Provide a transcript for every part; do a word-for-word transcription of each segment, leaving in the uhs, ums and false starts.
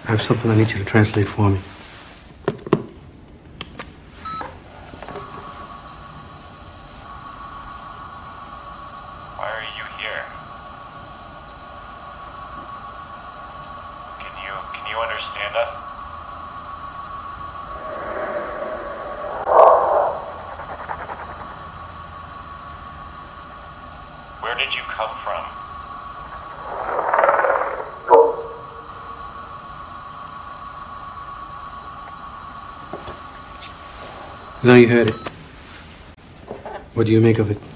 I have something I need you to translate for me. Why are you here? Can you can you understand us? Where did you come from? Now you heard it. What do you make of it?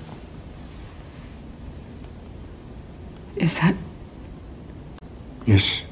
Is that... Yes.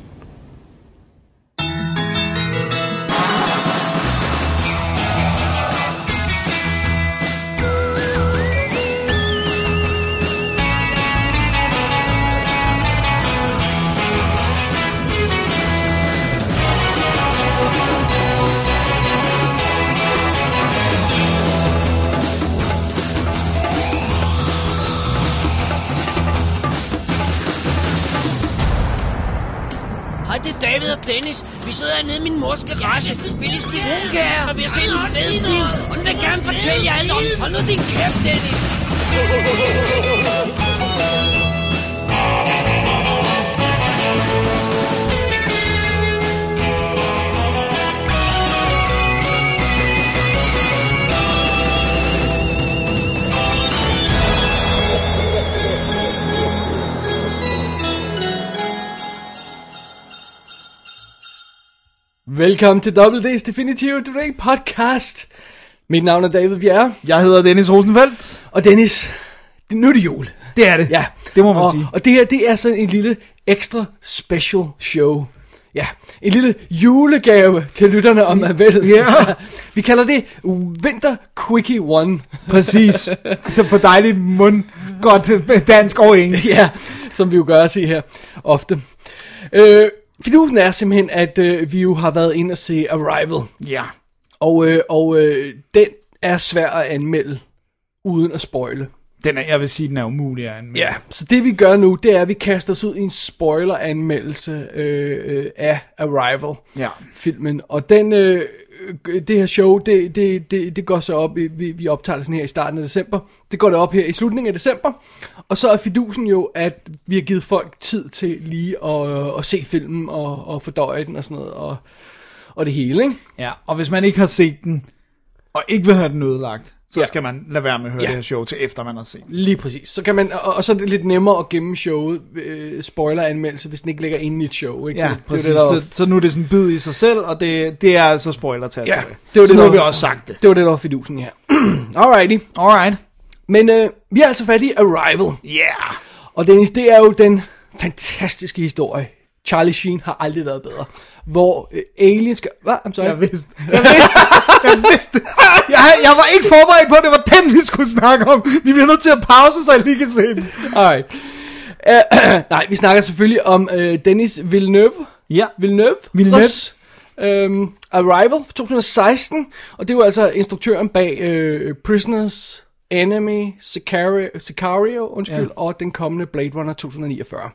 Det er David og Dennis. Vi sidder hernede i min mors garage. Vi lige spise brunkager, og vi har set en fed film. Og den vil gerne fortælle jer alt om. Hold nu din kæft, Dennis. Velkommen til Double D's Definitive Today podcast. Mit navn er David Bjerre. Jeg hedder Dennis Rosenfeldt. Og Dennis, det, nu er det jul. Det er det. Ja, det må man og, sige. Og det her, det er sådan en lille ekstra special show. Ja, en lille julegave til lytterne, om man vil. Ja. Vi kalder det Winter Quickie One. Præcis. Det er på dejlig mund. Godt dansk og engelsk. Ja, som vi jo gør at se her ofte. Øh, Fidusen er simpelthen, at øh, vi jo har været inde og se Arrival. Ja. Og, øh, og øh, den er svær at anmelde, uden at spoile. Den er, jeg vil sige, den er umulig at anmelde. Ja, så det vi gør nu, det er, at vi kaster os ud i en spoiler-anmeldelse øh, øh, af Arrival-filmen. Ja. Og den, øh, det her show, det, det, det, det går så op, vi, vi optager det sådan her i starten af december. Det går det op her i slutningen af december. Og så er fidusen jo, at vi har givet folk tid til lige at, at se filmen og, og fordøje den og sådan noget. Og, og det hele, ikke? Ja, og hvis man ikke har set den, og ikke vil have den ødelagt, så ja. skal man lade være med at høre ja. det her show til efter man har set den. Lige præcis. Så kan man, og, og så er det lidt nemmere at gemme showet, øh, spoiler-anmeldelse, hvis den ikke ligger inde i et show. Ikke? Ja, det, præcis. Det, det, der så, så nu er det sådan en bid i sig selv, og det, det er altså spoiler-territorie. Ja, det var så det, nu der, har vi også sagt det. Det var det, der var fidusen her. Alrighty. Alright. Men øh, vi er altså fat i Arrival. Yeah. Og Dennis, det er jo den fantastiske historie. Charlie Sheen har aldrig været bedre. Hvor øh, aliens skal... Hvad? I'm sorry. Jeg vidste. Jeg vidste. Jeg vidste. Jeg, jeg var ikke forberedt på, at det var den, vi skulle snakke om. Vi bliver nødt til at pause, så jeg lige kan se den. Alright. Uh, nej, vi snakker selvfølgelig om uh, Denis Villeneuve. Ja. Villeneuve. Villeneuve. Um, Arrival fra to tusind og seksten. Og det var altså instruktøren bag uh, Prisoners, Enemy, Sicario, Sicario undskyld, ja. Og den kommende Blade Runner to tusind og niogfyrre.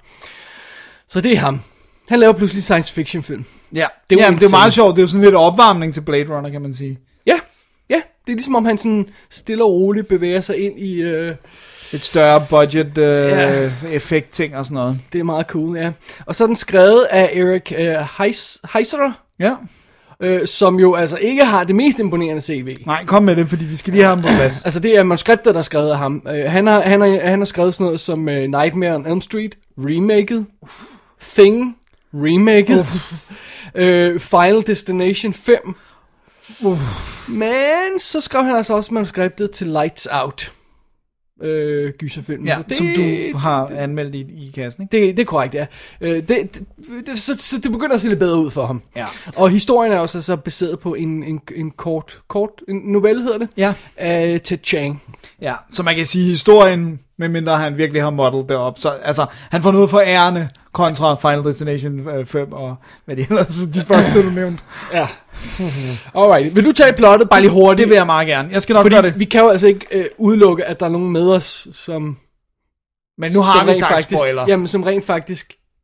Så det er ham. Han laver pludselig science fiction film. Ja, det er, ja, det er meget sjovt. Det er jo sådan lidt opvarmning til Blade Runner, kan man sige. Ja, ja. Det er ligesom om han sådan stille og roligt bevæger sig ind i... Øh, et større budget øh, ja. effekt ting og sådan noget. Det er meget cool, ja. Og så er den skrevet af Eric øh, Heiser. Ja. Øh, som jo altså ikke har det mest imponerende C V. Nej, kom med det, fordi vi skal lige have ham på plads. Altså det er manuskriptet, der er skrevet af ham. Øh, han, har, han, har, han har skrevet sådan noget som uh, Nightmare on Elm Street, remaket, Thing, remaket, uh. øh, Final Destination fem. Uh. Men så skrev han altså også manuskriptet til Lights Out. Øh, gyserfilmen. Ja, det, som du har det, anmeldt i, i kassen, ikke? Det, det er korrekt, ja. Øh, det, det, det, så, så det begynder at se lidt bedre ud for ham. Ja. Og historien er også så baseret på en, en, en kort, kort en novelle, hedder det, ja. af Ted Chiang. Ja, så man kan sige, historien, medmindre han virkelig har modellet det op, så altså, han får noget for ærende kontra Final Destination fem og hvad det ellers, de første, du nævnte. Ja. Alright, vil du tage plottet bare lige hurtigt? Det vil jeg meget gerne. Jeg skal nok Fordi gøre det. Vi kan jo altså ikke øh, udelukke, at der er nogen med os, som... Men nu har vi sagt faktisk, spoiler. Jamen, som rent faktisk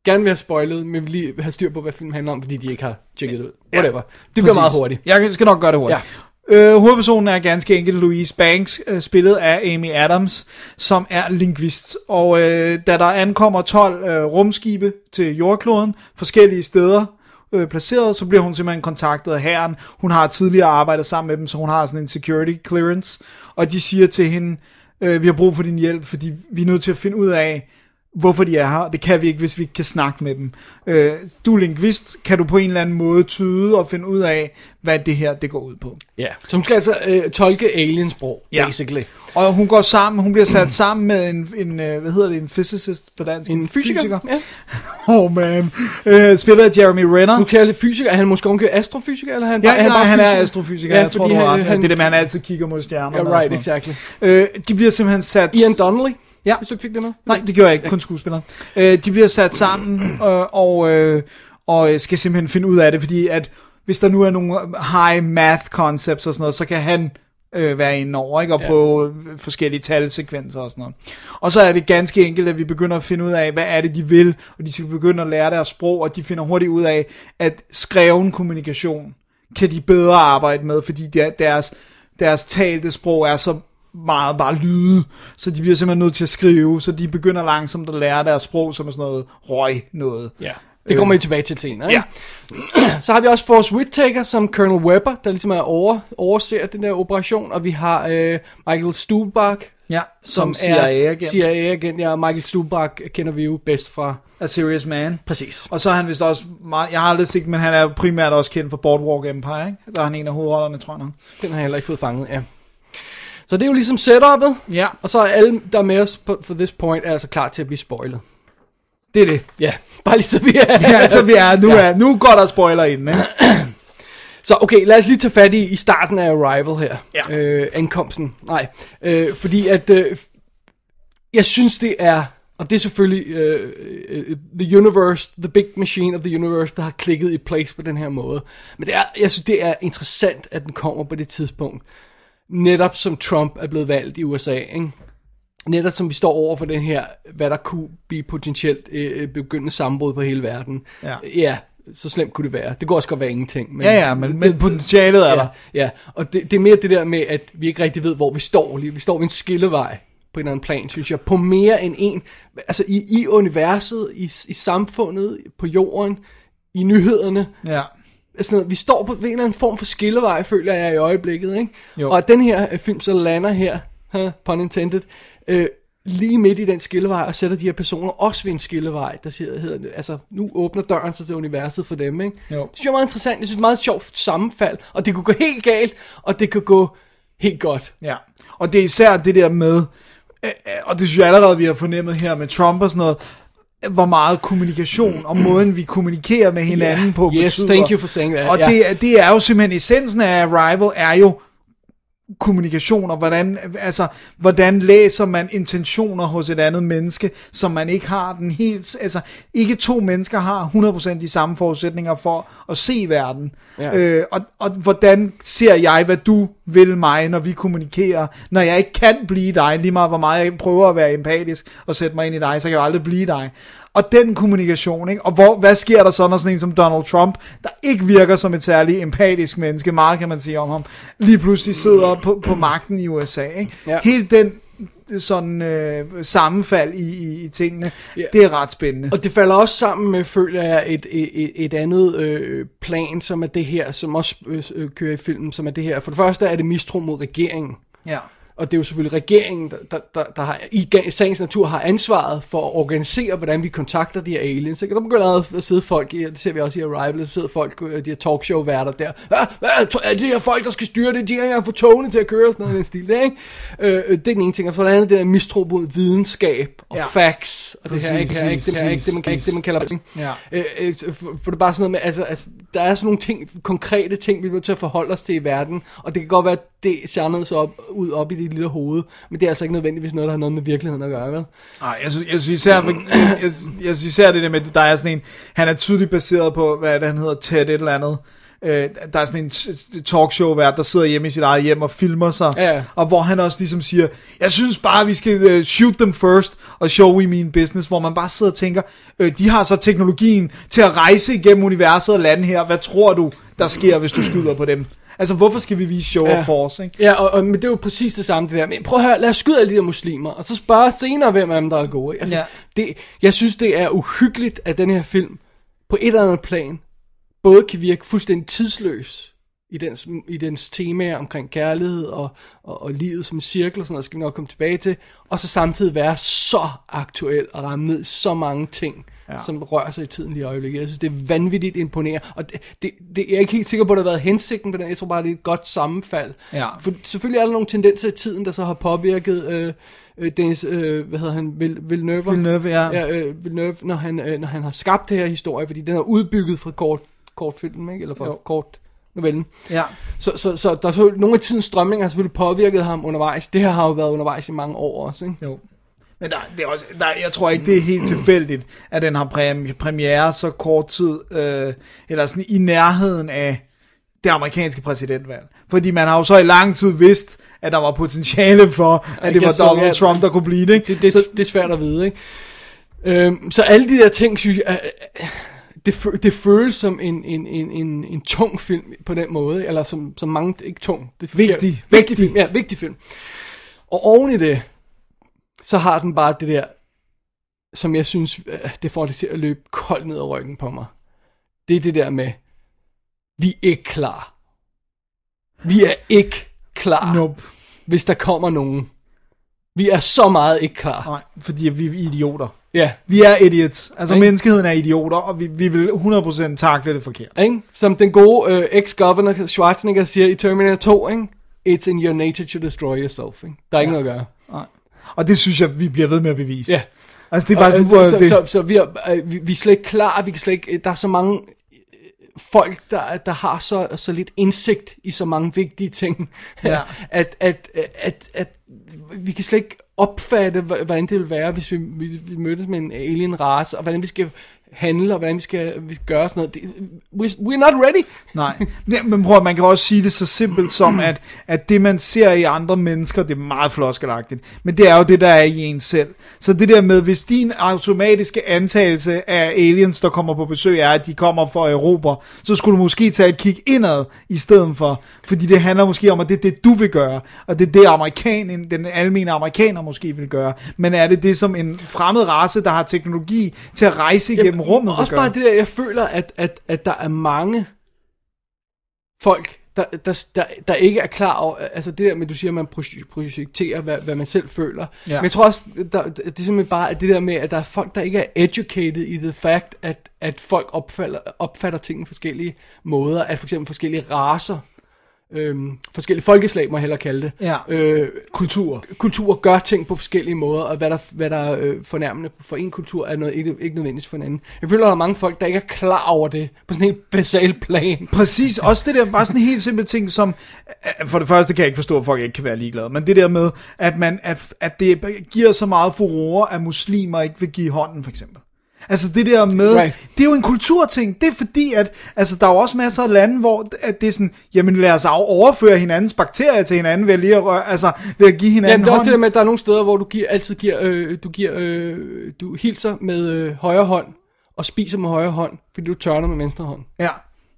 gerne vil have spoilet, men vil lige have styr på, hvad filmen handler om, fordi de ikke har tjekket det ud. Ja, Whatever. Det bliver meget hurtigt. Jeg skal nok gøre det hurtigt. Ja. Øh, hovedpersonen er ganske enkelt Louise Banks, øh, spillet af Amy Adams, som er lingvist. Og øh, da der ankommer tolv øh, rumskibe til jordkloden, forskellige steder øh, placeret, så bliver hun simpelthen kontaktet af hæren. Hun har tidligere arbejdet sammen med dem, så hun har sådan en security clearance. Og de siger til hende, øh, vi har brug for din hjælp, fordi vi er nødt til at finde ud af, hvorfor de er her. Det kan vi ikke, hvis vi ikke kan snakke med dem. Øh, du er lingvist, kan du på en eller anden måde tyde og finde ud af, hvad det her det går ud på. Ja, så hun skal altså øh, tolke aliensprog, ja. Basically. Og hun går sammen, hun bliver sat sammen med en, en øh, hvad hedder det, en physicist på dansk? En fysiker, fysiker. Ja. Oh man. Øh, spillet af Jeremy Renner. Nu kalder det fysiker, er han måske omkring astrofysiker, eller er han ja, bare, ja, han, bare han fysiker? er astrofysiker, ja, jeg tror du har ret. Han, det er det, man altid kigger mod stjerner. Ja, right, exactly. Øh, de bliver simpelthen sat... Ian Donnelly? Ja. Hvis du ikke fik det med? Nej, det gjorde jeg ikke, kun skuespillere. Øh, de bliver sat sammen, øh, og, øh, og skal simpelthen finde ud af det, fordi at hvis der nu er nogle high math concepts og sådan noget, så kan han øh, være inde over, ikke? Og ja. På forskellige talsekvenser og sådan noget. Og så er det ganske enkelt, at vi begynder at finde ud af, hvad er det, de vil, og de skal begynde at lære deres sprog, og de finder hurtigt ud af, at skreven kommunikation kan de bedre arbejde med, fordi deres, deres talte sprog er så meget bare lyde, så de bliver simpelthen nødt til at skrive, så de begynder langsomt at lære deres sprog, som er sådan noget røg noget. Ja, det kommer vi tilbage til senere. Ja. Så har vi også Forrest Whitaker som Colonel Webber, der ligesom er over, overser den der operation, og vi har øh, Michael Stuhlbarg, ja, som, som C I A-agent. C I A-agent, ja, Michael Stuhlbarg kender vi jo bedst fra A Serious Man. Præcis. Og så er han vist også meget, jeg har aldrig set, men han er primært også kendt for Boardwalk Empire, ikke? Der er han en af hovedrollerne, tror jeg nok. Den har jeg heller ikke fået fanget, ja. Så det er jo ligesom setup'et, ja. Og så er alle, der er med os på for this point, er altså klar til at blive spoilet. Det er det. Ja, bare lige så vi er. Ja, så vi er. Nu, ja. er, nu går der spoiler ind, ikke? Så okay, lad os lige tage fat i, i starten af Arrival her. Ja. Øh, ankomsten. Nej, øh, fordi at, øh, jeg synes det er, og det er selvfølgelig øh, øh, the universe, the big machine of the universe, der har klikket i place på den her måde. Men det er, jeg synes det er interessant, at den kommer på det tidspunkt. Netop som Trump er blevet valgt i U S A, ikke? Netop som vi står over for den her, hvad der kunne blive potentielt øh, begyndende sammenbrud på hele verden. Ja. Ja, så slemt kunne det være. Det kunne også godt være ingenting. Men, ja, ja, men, men potentialet er ja, der. Ja, og det, det er mere det der med, at vi ikke rigtig ved, hvor vi står. Vi står ved en skillevej på en eller anden plan, synes jeg. På mere end en, altså i, i universet, i, i samfundet, på jorden, i nyhederne. Ja. Sådan noget. Vi står på en eller anden form for skillevej, føler jeg i øjeblikket, ikke? Jo. Og at den her øh, film så lander her, huh, pun intended, øh, lige midt i den skillevej, og sætter de her personer også ved en skillevej, der siger, hedder, altså nu åbner døren sig til universet for dem, ikke? Jo. Det synes jeg er meget interessant, jeg synes det er meget sjovt sammenfald, og det kunne gå helt galt, og det kunne gå helt godt. Ja, og det er især det der med, og det synes jeg allerede, vi har fornemmet her med Trump og sådan noget, hvor meget kommunikation og måden vi kommunikerer med hinanden yeah. på yes, betyder. Thank you for saying that. Og yeah. det, det er jo simpelthen essensen af Arrival er jo kommunikation, og hvordan, altså, hvordan læser man intentioner hos et andet menneske, som man ikke har den helt, altså ikke to mennesker har hundrede procent de samme forudsætninger for at se verden. Ja. Øh, og, og hvordan ser jeg, hvad du vil mig, når vi kommunikerer, når jeg ikke kan blive dig, lige meget hvor meget jeg prøver at være empatisk og sætte mig ind i dig, så kan jeg aldrig blive dig. Og den kommunikation, ikke? Og hvor, hvad sker der så, når sådan en som Donald Trump, der ikke virker som et særligt empatisk menneske, meget kan man sige om ham, lige pludselig sidder på, på magten i U S A, ikke? Ja. Helt den sådan øh, sammenfald i, i, i tingene, ja. Det er ret spændende. Og det falder også sammen med, føler jeg, et, et, et andet øh, plan, som er det her, som også øh, kører i filmen, som er det her. For det første er det mistro mod regeringen. Ja. Og det er jo selvfølgelig regeringen, der, der, der, der har, i sagens natur har ansvaret for at organisere, hvordan vi kontakter de her aliens. Ikke? Der begynder at sidde folk, i, det ser vi også i Arrival, der sidder folk, de her talkshow-værter der. Hvad, hvad, er det her folk, der skal styre det? De har ikke engang fået togene til at køre, sådan noget i den stil. Det, ikke? Øh, det er den ene ting. Og for det andet, det er mistro mod videnskab og ja. facts. Og det her ikke, her, ikke, det, her, ikke, det, man, ikke det, man kalder det. Ja. Øh, øh, for, for det er bare sådan noget med, altså, altså, der er sådan nogle ting, konkrete ting, vi er nødt til at forholde os til i verden. Og det kan godt være, at det ser anderledes op, ud op i det lille hoved. Men det er altså ikke nødvendigvis noget, der har noget med virkeligheden at gøre, vel? Nej, jeg synes, jeg synes især, jeg, jeg, jeg synes især det der med, der er sådan en, han er tydeligt baseret på, hvad det, han hedder, Ted et eller andet, øh, der er sådan en t- talkshow vært, der sidder hjemme i sit eget hjem og filmer sig, Ja. og hvor han også ligesom siger, jeg synes bare, vi skal uh, shoot them first, og show we mean business, hvor man bare sidder og tænker, øh, de har så teknologien til at rejse igennem universet og lande her, hvad tror du, der sker, hvis du skyder på dem? Altså, hvorfor skal vi vise show Ja. of force, ikke? Ja, og, og men det er jo præcis det samme, det der. Men prøv at høre, lad os skyde alle de der muslimer, og så spørge senere, hvem af dem, der er gode. Ikke? Altså, Ja. det, jeg synes, det er uhyggeligt, at den her film, på et eller andet plan, både kan virke fuldstændig tidsløs, i dens, i dens temaer omkring kærlighed og, og, og livet som en cirkel og sådan noget, skal vi nok komme tilbage til, og så samtidig være så aktuel og ramme ned i så mange ting, ja. som rører sig i tiden lige i øjeblikket. Jeg synes, det er vanvittigt imponerende, og det, det, det jeg er ikke helt sikker på, at det har været hensigten på den. Jeg tror bare, det er et godt sammenfald. Ja. For selvfølgelig er der nogle tendenser i tiden, der så har påvirket øh, øh, Dennis, øh, hvad hedder han, Vil, Villeneuve, Villeneuve, ja. ja øh, Villeneuve, når han, øh, når han har skabt det her historie, fordi den er udbygget fra kort, kortfilm, ikke? Eller fra Jo. kort novellen. Ja. Så, så, så der er så nogle af tidens strømninger har selvfølgelig påvirket ham undervejs. Det her har jo været undervejs i mange år også, ikke? Jo. Men der, det er også, der, jeg tror ikke, det er helt tilfældigt, at den har præm- premiere så kort tid, øh, eller sådan i nærheden af det amerikanske præsidentvalg. Fordi man har jo så i lang tid vidst, at der var potentiale for, at det var så, Donald ja, Trump, der kunne blive det. Ikke? Det, det, så, det er svært at vide, ikke? Øhm, så alle de der ting, synes jeg, øh, det, fø- det føles som en, en, en, en, en tung film på den måde, eller som, som mange, ikke tung. Det er forkert. Vigtig, vigtig vigtig. film, ja, vigtig film. Og oven i det, så har den bare det der, som jeg synes, øh, det får det til at løbe koldt ned ad ryggen på mig. Det er det der med, vi er ikke klar. Vi er ikke klar, nope. hvis der kommer nogen. Vi er så meget ikke klar. Nej, fordi vi er idioter. Ja. Vi er idiots. Altså Ikke? menneskeheden er idioter, og vi, vi vil hundrede procent takle det forkert. Ikke? Som den gode øh, ex-governor Schwarzenegger siger i Terminator to, ikke? It's in your nature to destroy yourself. Ikke? Der er ikke Ja. noget at gøre. Nej. Og det synes jeg, vi bliver ved med at bevise. Ja. Altså det er bare Og, sådan, øh, hvor så, det... så, så, så vi, er, øh, vi, vi er slet ikke klar, vi kan slet ikke, der er så mange øh, folk, der, der har så, så lidt indsigt i så mange vigtige ting, Ja. at, at, at, at, at vi kan slet ikke opfatte, h- hvordan det vil være, hvis vi, vi, vi mødes med en alien race, og hvordan vi skal handle, og hvordan vi skal, vi skal gøre sådan noget. Det, we're, we're not ready. Nej, ja, men prøv at, man kan også sige det så simpelt som, at, at det man ser i andre mennesker, det er meget floskelagtigt, men det er jo det, der er i en selv. Så det der med, hvis din automatiske antagelse af aliens, der kommer på besøg, er, at de kommer for Europa, så skulle du måske tage et kig indad i stedet for, fordi det handler måske om, at det er det, du vil gøre, og det er det, amerikan, den almene amerikaner måske vil gøre. Men er det det, som en fremmed race, der har teknologi til at rejse igennem rummet, Også vil gøre? bare det der, jeg føler, at, at, at der er mange folk, der, der, der, der ikke er klar over, altså det der med, du siger, at man projekterer, hvad, hvad man selv føler. Ja. Men jeg tror også, der, det er simpelthen bare at det der med, at der er folk, der ikke er educated i the fact, at, at folk opfatter, opfatter ting på forskellige måder, at for eksempel forskellige racer, øhm, forskellige folkeslag, må jeg hellere kalde det, Ja. øh, Kultur. kulturer gør ting på forskellige måder, og hvad der, hvad der er øh, fornærmende for en kultur, er noget, ikke, ikke nødvendigt for en anden. Jeg føler, at der er mange folk, der ikke er klar over det, på sådan en helt basal plan. Præcis, også det der, bare sådan en helt simpel ting som, øh, for det første kan jeg ikke forstå, at folk ikke kan være ligeglade, men det der med, at, man, at, at det giver så meget furore, at muslimer ikke vil give hånden, for eksempel. Altså det der med, Right. det er jo en kulturting, det er fordi, at altså, der er jo også masser af lande, hvor at det er sådan, jamen lad os overføre hinandens bakterier til hinanden, ved at, lige at, røre, altså, ved at give hinanden Jamen, det er også det der hånden. med, at der er nogle steder, hvor du giver, altid giver, øh, du giver, øh, du hilser med øh, højre hånd, og spiser med højre hånd, fordi du tørner med venstre hånd. Ja.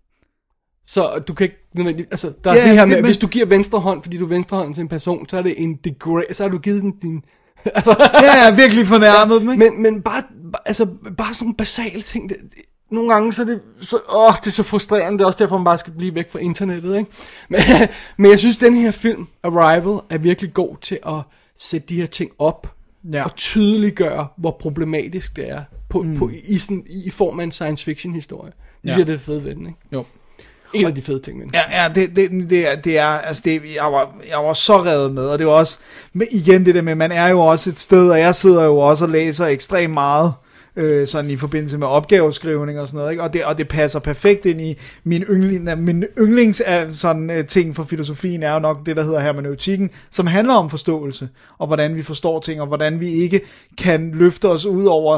Så du kan ikke nødvendigt, altså der er Ja, det her det- med, men- hvis du giver venstre hånd, fordi du er venstre hånd til en person, så er det en degrade, så har du givet den din, altså, Ja, jeg er virkelig fornærmet dem, ikke? Men, men bare, bare- altså, bare sådan basale ting. Det, det, nogle gange så er det, så, åh, det er så frustrerende. Det er også derfor, man bare skal blive væk fra internettet. Ikke? Men, men jeg synes, den her film, Arrival, er virkelig god til at sætte de her ting op. Ja. Og tydeliggøre, hvor problematisk det er på, mm. på, i, sådan, i form af en science fiction historie. Det synes Ja. jeg, det er fedt ved den. Ikke? Jo. En af de fede ting med den. Ja, ja det, det, det, er, det er, altså det, jeg var, jeg var så revet med, og det var også, men igen det der med, man er jo også et sted, og jeg sidder jo også og læser ekstremt meget, øh, sådan i forbindelse med opgaveskrivning og sådan noget, ikke? Og det, og det passer perfekt ind i min, yndling, min yndlings af sådan uh, ting for filosofien, er jo nok det, der hedder hermeneutikken, som handler om forståelse, og hvordan vi forstår ting, og hvordan vi ikke kan løfte os ud over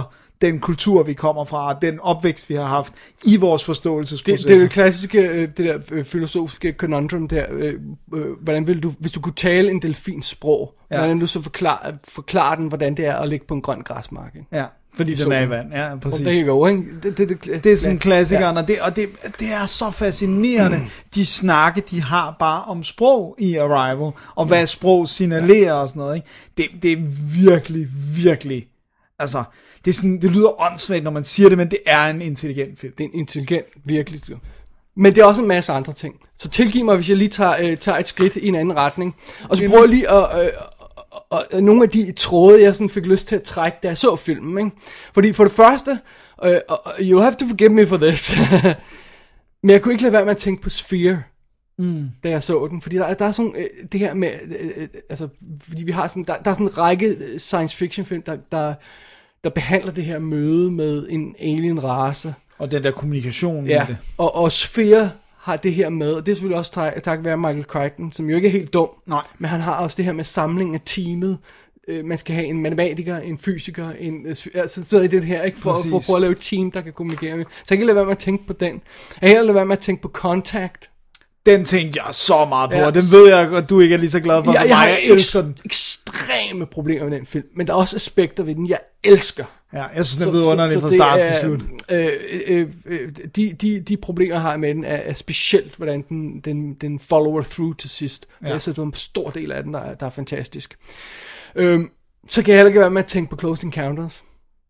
den kultur, vi kommer fra, den opvækst, vi har haft i vores forståelsesproces. Det, det er jo det klassiske, øh, det der øh, filosofiske conundrum der, øh, øh, hvordan vil du, hvis du kunne tale en delfins sprog, ja. hvordan vil du så forklare, forklare den, hvordan det er at ligge på en grøn græsmark, ikke? Ja, fordi den er i vand, ja, præcis. Og det går, ikke? Det, det, det, det er sådan klassikeren, ja. og, det, og det, det er så fascinerende, mm. de snakke, de har bare om sprog i Arrival, og hvad sprog signalerer ja. og sådan noget, ikke? Det, det er virkelig, virkelig, altså, det, er sådan, det lyder åndssvagt, når man siger det, men det er en intelligent film. Det er en intelligent, virkelig. Men det er også en masse andre ting. Så tilgiv mig, hvis jeg lige tager, øh, tager et skridt i en anden retning. Og så prøver jeg lige at... Øh, og, og nogle af de tråde, jeg sådan fik lyst til at trække, da jeg så filmen, ikke? Fordi for det første, uh, you'll have to forgive me for this, men jeg kunne ikke lade være med at tænke på Sphere, mm. da jeg så den. Fordi der, der er sådan, uh, det her med, uh, altså, fordi vi har sådan, der, der er sådan en række science fiction film, der, der, der behandler det her møde med en alien race. Og den der kommunikation ja. med det. Og, og Sphere har det her med, og det er selvfølgelig også tak, tak være Michael Crichton, som jo ikke er helt dum, Nej. men han har også det her med samling af teamet. Øh, man skal have en matematiker, en fysiker, en, altså så er det her, ikke, for, for at prøve at lave et team, der kan kommunikere med. Så jeg kan ikke lade være med at tænke på den. Jeg kan ikke lade være med at tænke på Contact. Den tænkte jeg så meget på, ja. og den ved jeg, at du ikke er lige så glad for, ja, som jeg mig. Jeg Jeg elsker den. ekstreme problemer med den film, men der er også aspekter ved den, jeg elsker. Ja, jeg synes, den er underlig fra start er, til slut. Øh, øh, øh, de, de, de problemer, jeg har med den, er, er specielt, hvordan den, den, den follower through til sidst. Ja. Det er så en stor del af den, der er, der er fantastisk. Øhm, så kan jeg heller ikke være med at tænke på Close Encounters.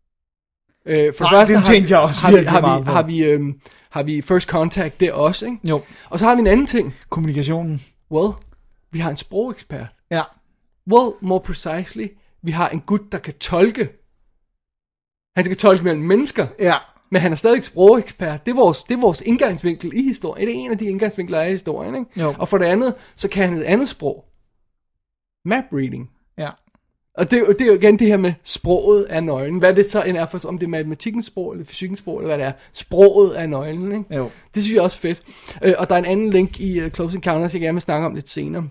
Øh, for Nej, første, den har tænkte vi, jeg også har vi, virkelig har meget vi, på. har vi, øhm, har vi First Contact der også, ikke? Jo. Og så har vi en anden ting. Kommunikationen. Well, vi har en sprogekspert. Ja. Well, more precisely, vi har en gut, der kan tolke. Han skal tolke mellem mennesker. Ja. Men han er stadig sprogekspert. Det er vores, det er vores indgangsvinkel i historien. Det er en af de indgangsvinkler af historien, ikke? Jo. Og for det andet, så kan han et andet sprog. Map reading. Ja. Og det, det er jo igen det her med sproget er nøglen. Hvad det så end er for, om det er matematikkens sprog, eller fysikkens sprog, eller hvad det er. Sproget er nøglen, ikke? Jo. Det synes jeg også er fedt. Øh, og der er en anden link i uh, Close Encounters, jeg gerne vil snakke om lidt senere.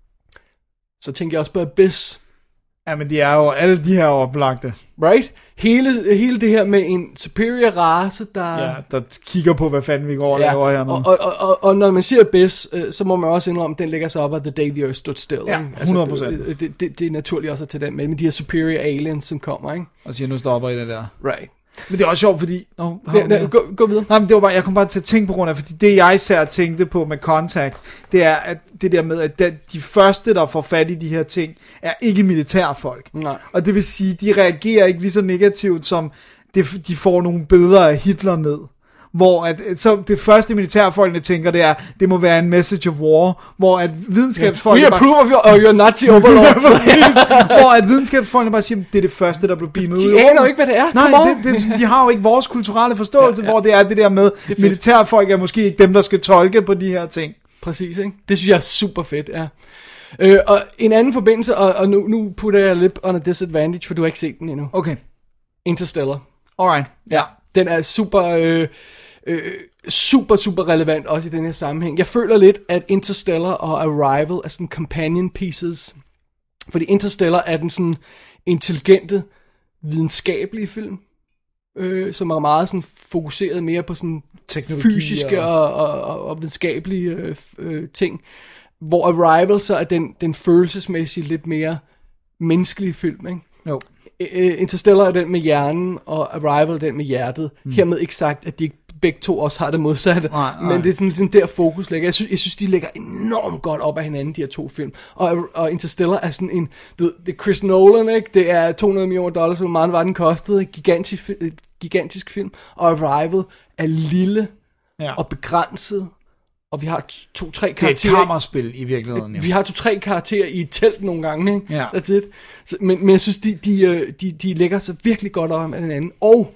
Så tænker jeg også på Abyss. Ja, men de er jo alle de her oplagte. Right? Hele, hele det her med en superior race, der... Ja, der kigger på, hvad fanden vi går og ja, laver hernede. og, og, og, og når man siger Abyss, øh, så må man også indrømme, at den lægger sig op af The Day the Earth Stood Still. Ja, ikke? hundrede procent. Altså, det, det, det er naturligt også til den med, med de her superior aliens, som kommer, ikke? Og siger, nu stopper I det der. Right. Men det er også sjovt, fordi... Nå, Ja, ja, gå, gå videre. Nej, men det var bare, jeg kom bare til at tænke på grund af, fordi det jeg især tænkte på med Contact, det er at det der med, at de, de første, der får fat i de her ting, er ikke militærfolk. Nej. Og det vil sige, de reagerer ikke lige så negativt, som det, de får nogle billeder af Hitler ned. Hvor at, så det første militærfolkene tænker, det er, det må være en message of war, hvor at videnskabsfolkene We approve of your, uh, your Nazi overlords. hvor at videnskabsfolkene bare siger, det er det første, der blev beamet ud. De aner jo ikke, hvad det er. Nej, det, det, de har jo ikke vores kulturelle forståelse, ja, ja. Hvor det er det der med, det militærfolk er måske ikke dem, der skal tolke på de her ting. Præcis, ikke? Det synes jeg er super fedt, ja. Øh, og en anden forbindelse, og, og nu, nu putter jeg lidt on a disadvantage, for du har ikke set den endnu. Okay. Interstellar. Alright, ja. Den er super, øh, øh, super, super relevant også i den her sammenhæng. Jeg føler lidt, at Interstellar og Arrival er sådan companion pieces. Fordi Interstellar er den sådan intelligente, videnskabelige film, øh, som er meget sådan fokuseret mere på sådan teknologi fysiske og, og, og, og videnskabelige øh, øh, ting. Hvor Arrival så er den, den følelsesmæssige lidt mere menneskelige film, ikke? Jo. Interstellar er den med hjernen, og Arrival er den med hjertet. Mm. Hermed ikke sagt, at de ikke begge to også har det modsatte. Nej, nej. Men det er sådan ligesom der fokus ligger. Jeg synes, jeg synes, de ligger enormt godt op af hinanden, de her to film. Og, og Interstellar er sådan en, du ved, det er Chris Nolan, ikke? Det er to hundrede millioner dollars, hvor meget var den kostede. Gigantisk, gigantisk film. Og Arrival er lille ja. og begrænset. Og vi har to-tre karakterer. Det er et kammerspil i virkeligheden. Jo. Vi har to-tre karakterer i et telt nogle gange, ikke? Ja. That's it. Så, men, men jeg synes, de, de, de, de lægger sig virkelig godt op med hinanden. Og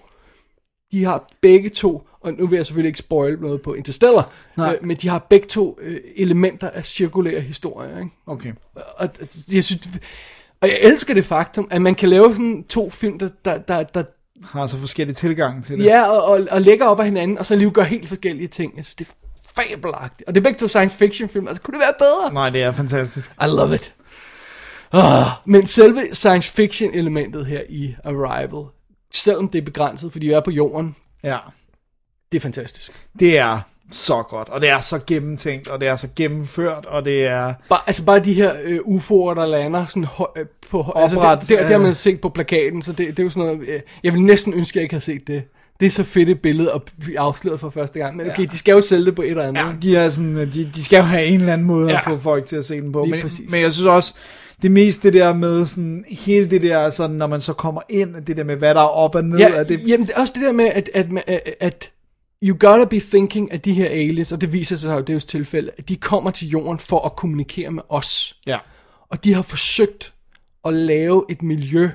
de har begge to, og nu vil jeg selvfølgelig ikke spoil noget på Interstellar, øh, men de har begge to øh, elementer af cirkulære historier, ikke? Okay. Og, og, jeg synes, og jeg elsker det faktum, at man kan lave sådan to film, der, der, der, der har så forskellige tilgang til det. Ja, og, og, og lægger op af hinanden, og så alligevel gør helt forskellige ting. Jeg synes, det er fabelagtigt. Og det er begge to science fiction film. Altså, kunne det være bedre? Nej, det er fantastisk. I love it. Oh, men selve science fiction elementet her i Arrival selvom det er begrænset, fordi vi er på jorden. Ja. Det er fantastisk. Det er så godt, og det er så gennemtænkt, og det er så gennemført, og det er... Bare, altså bare de her øh, U F O'er, der lander sådan høj, på... Opret, altså det, det, det, det har man set på plakaten, så det, det er jo sådan noget... Øh, jeg vil næsten ønske, at jeg ikke havde set det. Det er så fedt et billede at blive afsløret for første gang. Men okay, ja. De skal jo sælge det på et eller andet. Ja, de, er sådan, de, de skal jo have en eller anden måde ja. At få folk til at se den på. Men, men jeg synes også, det meste der med sådan, hele det der, sådan, når man så kommer ind, det der med, hvad der er op og ned. Ja, det... jamen også det der med, at, at, at, at you gotta be thinking, at de her aliens, og det viser sig jo, det er jo tilfælde, at de kommer til jorden for at kommunikere med os. Ja. Og de har forsøgt at lave et miljø,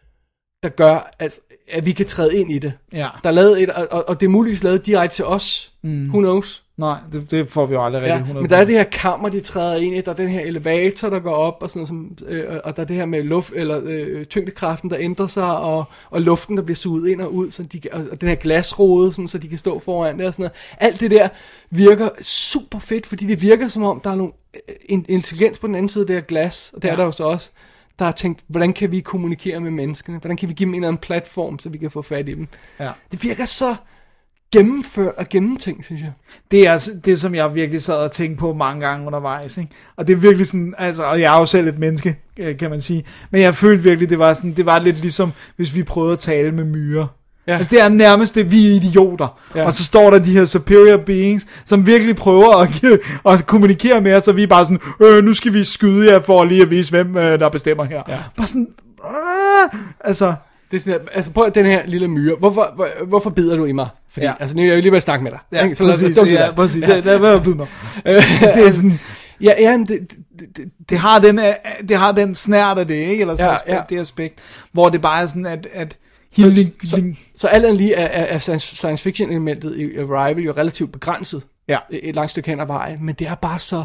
der gør, at, at vi kan træde ind i det. Ja. Der er lavet et, og, og det er muligvis lavet direkte til os. Mm. Who knows? Nej, det, det får vi jo aldrig rigtig ja, hundrede procent. Men der er det her kammer, de træder ind i, der er den her elevator, der går op, og sådan noget, som, øh, og der er det her med luft, eller øh, tyngdekraften, der ændrer sig, og, og luften, der bliver suget ind og ud, så de, og, og den her glasrude, sådan, så de kan stå foran det, og sådan noget. Alt det der virker super fedt, fordi det virker som om, der er nogle intelligens på den anden side af det her glas, og det ja. Er der jo så også, der har tænkt, hvordan kan vi kommunikere med menneskene? Hvordan kan vi give dem en eller anden platform, så vi kan få fat i dem? Ja. Det virker så gennemført og gennemtænkt, synes jeg. Det er det, som jeg virkelig sad og tænkte på mange gange undervejs, ikke? Og det er virkelig sådan, altså, og jeg er jo selv et menneske, kan man sige, men jeg følte virkelig, det var sådan, det var lidt ligesom, hvis vi prøvede at tale med myrer. Ja. Altså det er nærmest det, vi er idioter. Ja. Og så står der de her superior beings, som virkelig prøver at, at kommunikere med os, og vi er bare sådan, øh, nu skal vi skyde jer for lige at vise, hvem øh, der bestemmer her. Ja. Bare sådan, øh, altså... Det er sådan, altså prøv den her lille myre. Hvorfor, hvor, hvorfor bider du i mig? Fordi, ja. altså nu er jeg jo lige ved at snakke med dig. Ja, så præcis. Lad, ja, præcis. Ja. Lad være at bide mig. Det er sådan... Ja, ja, men det, det, det, det, har den, det har den snært af det, ikke? Eller sådan ja, aspekt, ja. det aspekt, hvor det bare er sådan, at... at så, så, så alt andet lige er, er science fiction elementet i Arrival jo relativt begrænset. Ja. Et langt stykke hen ad vejen. Men det er bare så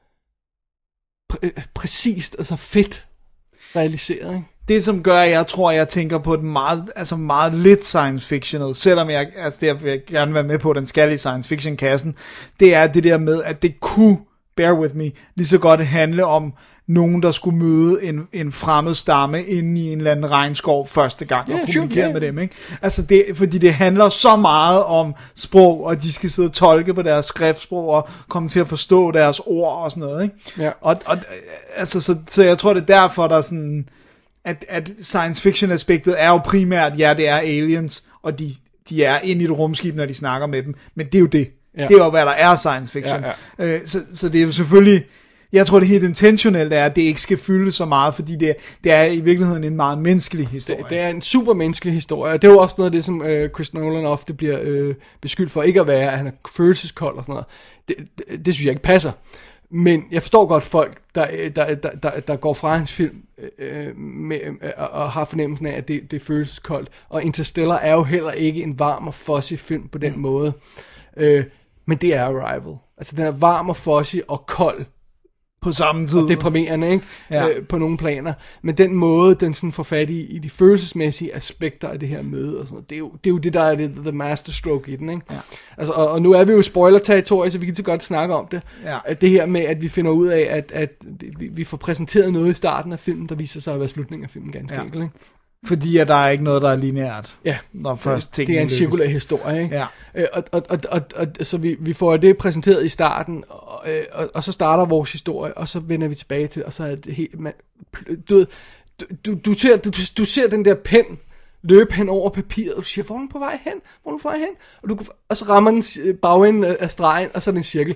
præ- præcist og så fedt realiseret, ikke? Det som gør, at jeg tror, at jeg tænker på den meget, altså meget lidt science fictional, selvom jeg, altså det vil jeg gerne være med på, den skal i science fiction kassen, det er det der med, at det kunne, bear with me, lige så godt handle om nogen, der skulle møde en, en fremmed stamme inde i en eller anden regnskov første gang yeah, og kommunikere sure, yeah. med dem, ikke? Altså det, fordi det handler så meget om sprog, og de skal sidde og tolke på deres skriftsprog og komme til at forstå deres ord og sådan noget, ikke? Yeah. Og, og altså, så, så jeg tror, det er derfor, der er sådan... At, at science fiction aspektet er jo primært, ja, det er aliens, og de, de er inde i et rumskib, når de snakker med dem, men det er jo det. Ja. Det er jo, hvad der er science fiction. Ja, ja. Øh, så, så det er jo selvfølgelig, jeg tror det helt intentionelt er, at det ikke skal fylde så meget, fordi det, det er i virkeligheden en meget menneskelig historie. Det, det er en super menneskelig historie, og det er jo også noget af det, som øh, Chris Nolan ofte bliver øh, beskyldt for ikke at være, at han er følelseskold og sådan noget. Det, det, det synes jeg ikke passer. Men jeg forstår godt folk, der, der, der, der, der går fra hans film øh, med, øh, og har fornemmelsen af, at det, det er følelseskoldt. Og Interstellar er jo heller ikke en varm og fuzzy film på den mm. måde. Øh, men det er Arrival. Altså den er varm og fuzzy og kold. På samme tid. Og deprimerende, ikke? Ja. Øh, på nogle planer. Men den måde, den sådan får fat i, i de følelsesmæssige aspekter af det her møde, og sådan noget, det, er jo, det er jo det, der er det, the masterstroke i den, ikke? Ja. Altså, og, og nu er vi jo spoiler-territoriet, så vi kan så godt snakke om det. Ja. At det her med, at vi finder ud af, at, at vi, vi får præsenteret noget i starten af filmen, der viser sig at være slutningen af filmen ganske ja. enkelt, ikke? Fordi at der er ikke noget, der er lineært. Ja, når først det, det er en cirkulær historie, ikke? Ja. Øh, og, og, og, og, og så vi, vi får det præsenteret i starten, og, og, og så starter vores historie, og så vender vi tilbage til, og så er det helt... Man, du, ved, du, du, du, ser, du, du ser den der pen løbe hen over papiret, og du siger, hvor er den på vej hen? Hvor er den på vej hen? Og, du, og så rammer den bagenden af stregen, og så er det en cirkel.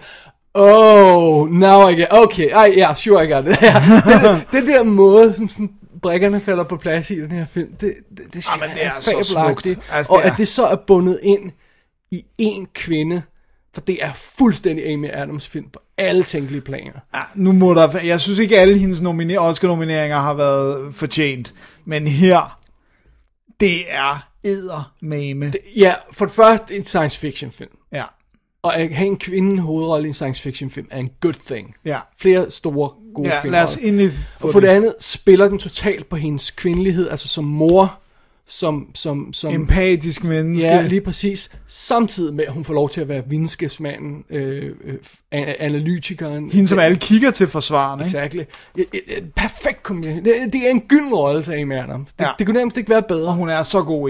Oh, now I get... Okay, ja, yeah, sure I got it. det, det der måde, som sådan... brækkerne falder på plads i den her film. Det, det, det, Jamen, det er, er så smukt. Altså, og at det så er bundet ind i én kvinde, for det er fuldstændig Amy Adams film på alle tænkelige planer. Ja, nu må der... Jeg synes ikke, alle hendes nominer- Oscar-nomineringer har været fortjent. Men her, det er eddermame. Ja, for det første en science fiction film. Ja. Og at have en kvinde hovedrolle i en science fiction film er en good thing. Ja. Flere store, gode ja, kvinder. Lad os endelig og for det andet spiller den totalt på hendes kvindelighed, altså som mor, som... som, som empatisk menneske. Ja, lige præcis. Samtidig med, at hun får lov til at være videnskabsmanden, øh, øh, analytikeren. Hende, som alle kigger til forsvarende. Exactly. Perfekt kombination. Det, det er en gylden rolle til Amy Adams. Det, ja. det kunne nærmest ikke være bedre. Og hun er så god i den.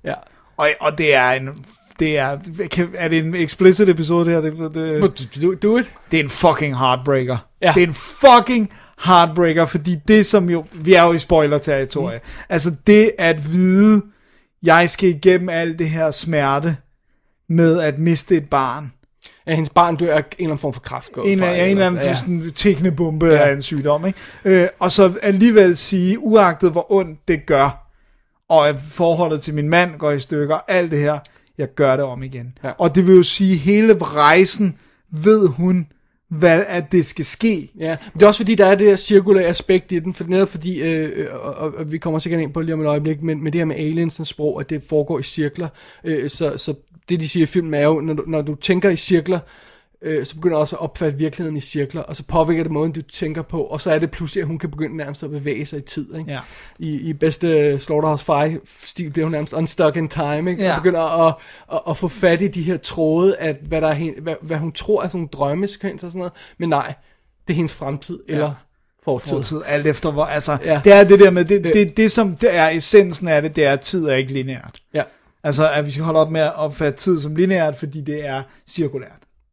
Ja. Og, og det er en... Det er, kan, er det en explicit episode her? Det, det, Do, do it. det er en fucking heartbreaker. Ja. Det er en fucking heartbreaker, fordi det som jo... Vi er jo i spoiler-territorie. Mm. Altså det at vide, jeg skal igennem alt det her smerte med at miste et barn. Ja, hendes barn dør af en eller anden form for kræft. En, fra, ja, en eller anden ja. sådan tækkende bombe Ja. af en sygdom, ikke? Øh, og så alligevel sige, uagtet hvor ondt det gør, og at forholdet til min mand går i stykker, alt det her, jeg gør det om igen. Ja. Og det vil jo sige, hele rejsen ved hun, hvad at det skal ske. Ja, men det er også fordi, der er det her cirkulære aspekt i den, for netop fordi, øh, og, og, og vi kommer sikkert ind på det lige om et øjeblik, men med det her med aliensens sprog, at det foregår i cirkler, øh, så, så det de siger i filmen er jo, når du, når du tænker i cirkler, øh, så begynder du også at opfatte virkeligheden i cirkler, og så påvirker det måden, du tænker på, og så er det pludselig, at hun kan begynde nærmest at bevæge sig i tid, ikke? Ja. I, I bedste Slaughterhouse Five-stil bliver hun nærmest unstuck in time, ikke? Ja. Og begynder at, at, at få fat i de her tråde, at hvad, der er, hen- hvad, hvad hun tror er sådan nogle drømmesekvenser og sådan noget, men nej, det er hendes fremtid, eller fortid. Fortid, alt efter hvor, altså, Ja. det er det der med, det, det, det som det er essensen af det, det er, at tid er ikke lineært. Ja. Altså, at vi skal holde op med at opfatte tid som lineært, fordi det er cirkulært.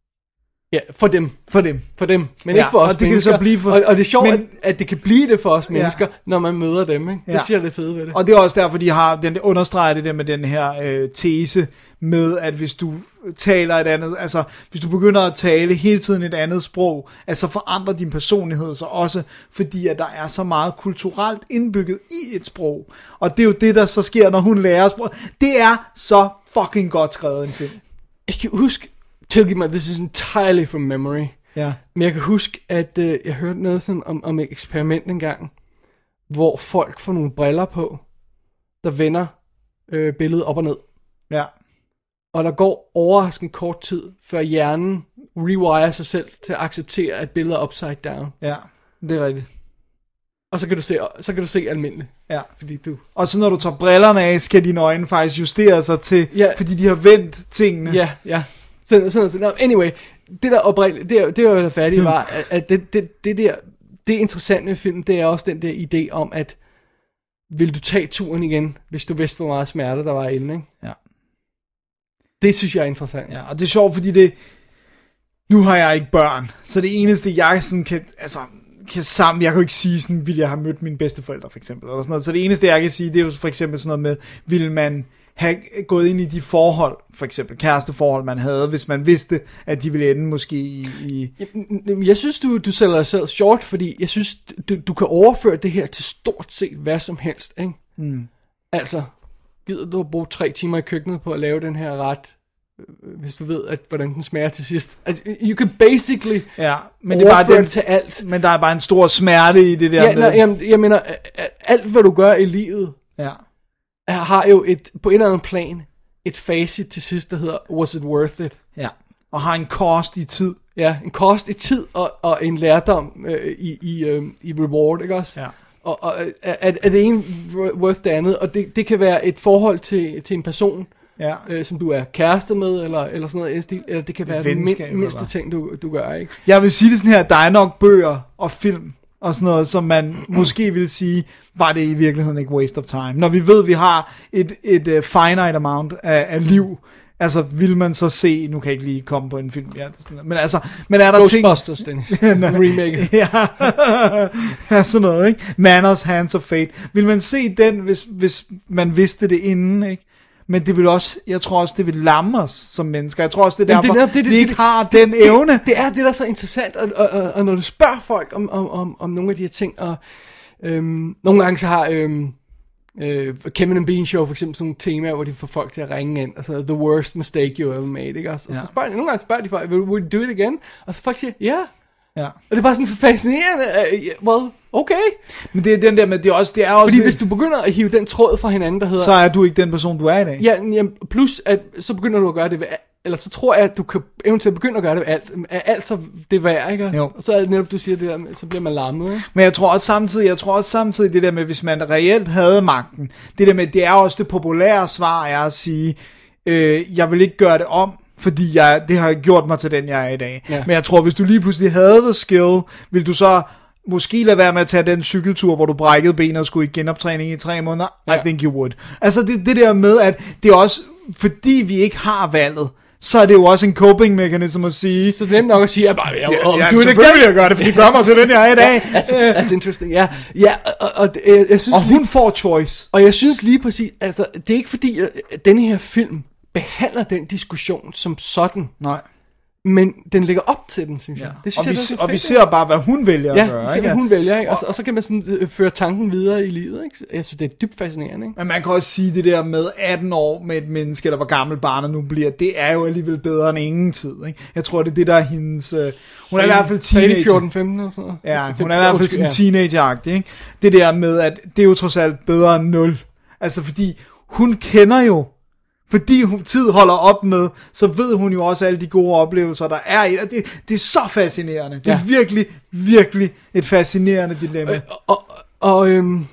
Ja, for dem. For dem. For dem, men Ja, ikke for os og det kan det mennesker. så blive for- og, og det er sjovt, men- at, at det kan blive det for os Ja. mennesker, når man møder dem, ikke? Det Ja. synes jeg er det fede ved det. Og det er også derfor, de har den, understreger det der med den her øh, tese med, at hvis du taler et andet, altså hvis du begynder at tale hele tiden et andet sprog, altså forandrer din personlighed så også, fordi at der er så meget kulturelt indbygget i et sprog. Og det er jo det, der så sker, når hun lærer sprog. Det er så fucking godt skrevet en film. Jeg kan huske, tilgive mig, this is entirely from memory, Ja. men jeg kan huske, at øh, jeg hørte noget sådan om, om et eksperiment engang, hvor folk får nogle briller på, der vender øh, billedet op og ned. Ja. Og der går overraskende kort tid, før hjernen rewire sig selv til at acceptere, at billedet er upside down. Ja, det er rigtigt. Og så kan du se, så kan du se almindeligt. Ja. Fordi du... Og så når du tager brillerne af, skal dine øjne faktisk justere sig til, Ja. fordi de har vendt tingene. Ja, ja. Sådan, sådan, sådan. Anyway, det der oprindeligt, det, det der var færdigt var, at, at det, det, det der, det interessante ved filmen, det er også den der idé om, at vil du tage turen igen, hvis du vidste, hvor meget smerte der var inde, ikke? Ja. Det synes jeg er interessant. Ja, og det er sjovt, fordi det, nu har jeg ikke børn, så det eneste, jeg sådan kan, altså, kan sammen, jeg kan jo ikke sige sådan, vil jeg have mødt mine bedsteforældre, for eksempel, eller sådan noget. Så det eneste, jeg kan sige, det er jo for eksempel sådan noget med, vil man have gået ind i de forhold, for eksempel kæresteforhold, man havde, hvis man vidste, at de ville ende måske i... i... Jeg, jeg synes, du, du sælger dig selv short, fordi jeg synes, du, du kan overføre det her til stort set hvad som helst, ikke? Mm. Altså, gider du at bruge tre timer i køkkenet på at lave den her ret, øh, hvis du ved, at, hvordan den smager til sidst? Altså, you can basically Ja, men det er bare overføre den, det til alt. men der er bare en stor smerte i det der Ja, med... nej, jeg, jeg mener, a- a- alt hvad du gør i livet, Ja. har jo et, på en eller anden plan, et facit til sidst, der hedder, was it worth it? Ja, og har en cost i tid. Ja, en kost i tid, og, og en lærdom øh, i, i, øh, i reward, ikke også? Ja. Og, og er, er det ene worth det andet, og det, det kan være et forhold til, til en person, Ja. øh, som du er kæreste med, eller, eller sådan noget i den stil, eller det kan være den venskab, min, mindste eller? ting, du, du gør, ikke? Jeg vil sige det sådan her, der er nok bøger og film og sådan noget, som man måske vil sige, var det i virkeligheden ikke waste of time. Når vi ved, at vi har et, et uh, finite amount af, af liv, altså vil man så se, nu kan jeg ikke lige komme på en film, ja, det er sådan noget, men altså, men er der ting... Ghostbusters, Dennis. Remake. Ja, ja, sådan noget, ikke? Manners, Hands of Fate. Vil man se den, hvis, hvis man vidste det inden, ikke? Men det vil også, jeg tror også, det vil lamme os som mennesker. Jeg tror også, det er Jamen, derfor, det er netop det, det, vi ikke det, har det, den det, evne. Det, det er det, der er så interessant, og, og, og, og når du spørger folk om, om, om, om nogle af de her ting, og øhm, nogle gange så har øhm, øh, Kevin and Bean Show for eksempel sådan nogle temaer, hvor de får folk til at ringe ind, altså the worst mistake you ever made, ikke? Og, og Ja. så spørger de, nogle gange spørger de folk, would you do it again? Og så folk siger, ja. Yeah. Ja. Og det er bare sådan så fascinerende, uh, well, okay. Men det er den der med, det er også, det er også Fordi det, hvis du begynder at hive den tråd fra hinanden, der hedder... så er du ikke den person, du er i dag. Ja, jamen, plus at så begynder du at gøre det ved, eller så tror jeg, at du kan eventuelt begynde at gøre det ved alt. Er alt så det værd, ikke? Jo. Og så er det netop, du siger det der, så bliver man lammet, ikke? Men jeg tror også samtidig, jeg tror også samtidig det der med, hvis man reelt havde magten, det der med, det er også det populære svar, er at sige, øh, jeg vil ikke gøre det om, fordi jeg, det har gjort mig til den, jeg er i dag. Ja. Men jeg tror, hvis du lige pludselig havde the skill, vil du så måske lade være med at tage den cykeltur, hvor du brækkede benet og skulle i genoptræning i tre måneder. Ja. I think you would. Altså det, det der med, at det er også, fordi vi ikke har valget, så er det jo også en coping mechanism at sige. Så det er nemt nok at sige, at bare, ja, ja, ja, selvfølgelig vil jeg gøre det, for de gør mig til den jeg er i dag. that's, that's interesting, ja. Ja, og, og, jeg, jeg synes og hun lige, får choice. Og jeg synes lige præcis, altså, det er ikke fordi, at denne her film behandler den diskussion som sådan. Nej. Men den lægger op til den, synes jeg. Ja. Det synes og, jeg, vi, det er og vi fedt, ser bare, hvad hun vælger ja, at gøre. Ja, vi ser, ikke? hvad hun vælger, ikke? Og, og, og så kan man sådan øh, føre tanken videre i livet, ikke? Jeg synes, det er dybt fascinerende, ikke? Men man kan også sige det der med atten år med et menneske, der var gammel barn og nu bliver, det er jo alligevel bedre end ingen tid, ikke? Jeg tror, det er det, der er hendes... Øh, hun er i hvert fald teenager. fjorten femten og sådan noget. Ja, hun er i hvert fald sådan teenager-agtig, ikke? Det der med, at det er jo trods alt bedre end nul. Altså, fordi hun kender jo, fordi hun tid holder op med, så ved hun jo også alle de gode oplevelser, der er i det. Det, det er så fascinerende. Det er ja. virkelig, virkelig et fascinerende dilemma. Og, og, og øhm,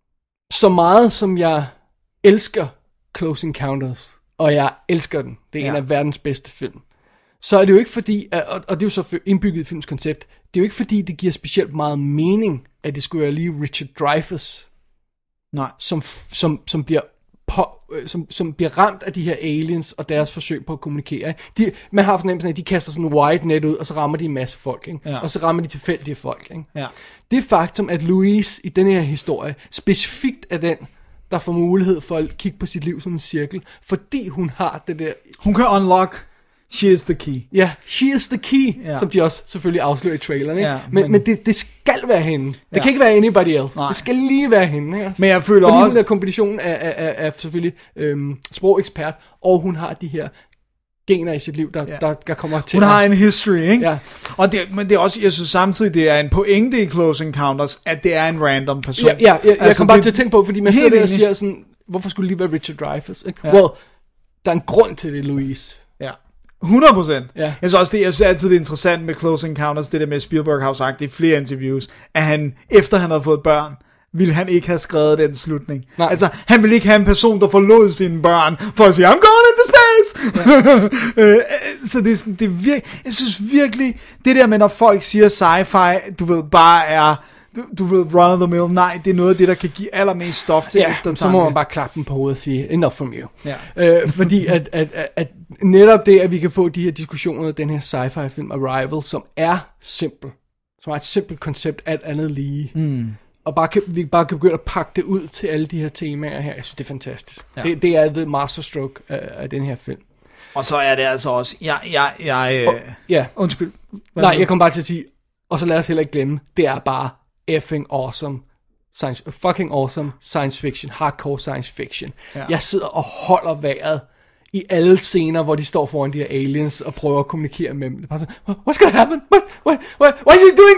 så meget som jeg elsker Close Encounters, og jeg elsker den, det er ja. en af verdens bedste film, så er det jo ikke fordi, og, og det er jo så indbygget i filmens koncept, det er jo ikke fordi, det giver specielt meget mening, at det skulle være lige Richard Dreyfuss, Nej. Som, som, som bliver På, som, som bliver ramt af de her aliens og deres forsøg på at kommunikere. De, man har fornemmelsen af, at de kaster sådan en wide net ud, og så rammer de en masse folk, ikke? Ja. Og så rammer de tilfældige folk. Ikke? Ja. Det faktum, at Louise i den her historie specifikt er den, der får mulighed for at kigge på sit liv som en cirkel, fordi hun har det der... Hun kan unlock, she is the key. Ja, she is the key, ja. som de også selvfølgelig afslører i traileren. Ikke? Ja, men men, men det, det skal være hende. Det ja. kan ikke være anybody else. Nej. Det skal lige være hende. Ikke? Men jeg føler fordi også... hun er kombinationen af, af, af, af selvfølgelig øhm, sprogekspert, og hun har de her gener i sit liv, der, ja. der, der kommer til. Hun har en history, ikke? Ja. Og det, men det er også, jeg synes samtidig, det er en pointe i Close Encounters, at det er en random person. Ja, ja, jeg, jeg altså, kom bare det, til at tænke på, fordi man sidder der og enig. siger sådan, hvorfor skulle det lige være Richard Dreyfuss? Ikke? Ja. Well, der er en grund til det, Louise. Ja. hundrede procent. Ja. Jeg synes også, det, jeg synes altid, det er interessant med Close Encounters, det der med Spielberg har sagt i flere interviews, at han, efter han havde fået børn, ville han ikke have skrevet den slutning. Nej. Altså, han ville ikke have en person, der forlod sine børn, for at sige, I'm going into space! Ja. Så det er sådan, det er virkelig, jeg synes virkelig, det der med, når folk siger sci-fi, du ved, bare er, du, du ved, run of the mill, nej, det er noget af det, der kan give allermest stof til Ja, eftertanke. så må man bare klappe den på hovedet og sige, enough from you. Ja. Øh, fordi at, at, at, at netop det, at vi kan få de her diskussioner af den her sci-fi film Arrival, som er simpel, som er et simpelt koncept, alt andet lige, mm. og bare kan, vi bare kan begynde at pakke det ud til alle de her temaer her. Jeg synes, det er fantastisk. Ja. Det, det er the masterstroke af, af den her film. Og så er det altså også, jeg, jeg, jeg, og, ja. undskyld. Hvad Nej, jeg kom bare til at sige, og så lad os heller ikke glemme, det er bare effing awesome, science, fucking awesome science fiction, hardcore science fiction. Ja. Jeg sidder og holder vejret i alle scener, hvor de står foran de her aliens og prøver at kommunikere med dem. Det er bare sådan, what's gonna happen? What, what, what, why is he doing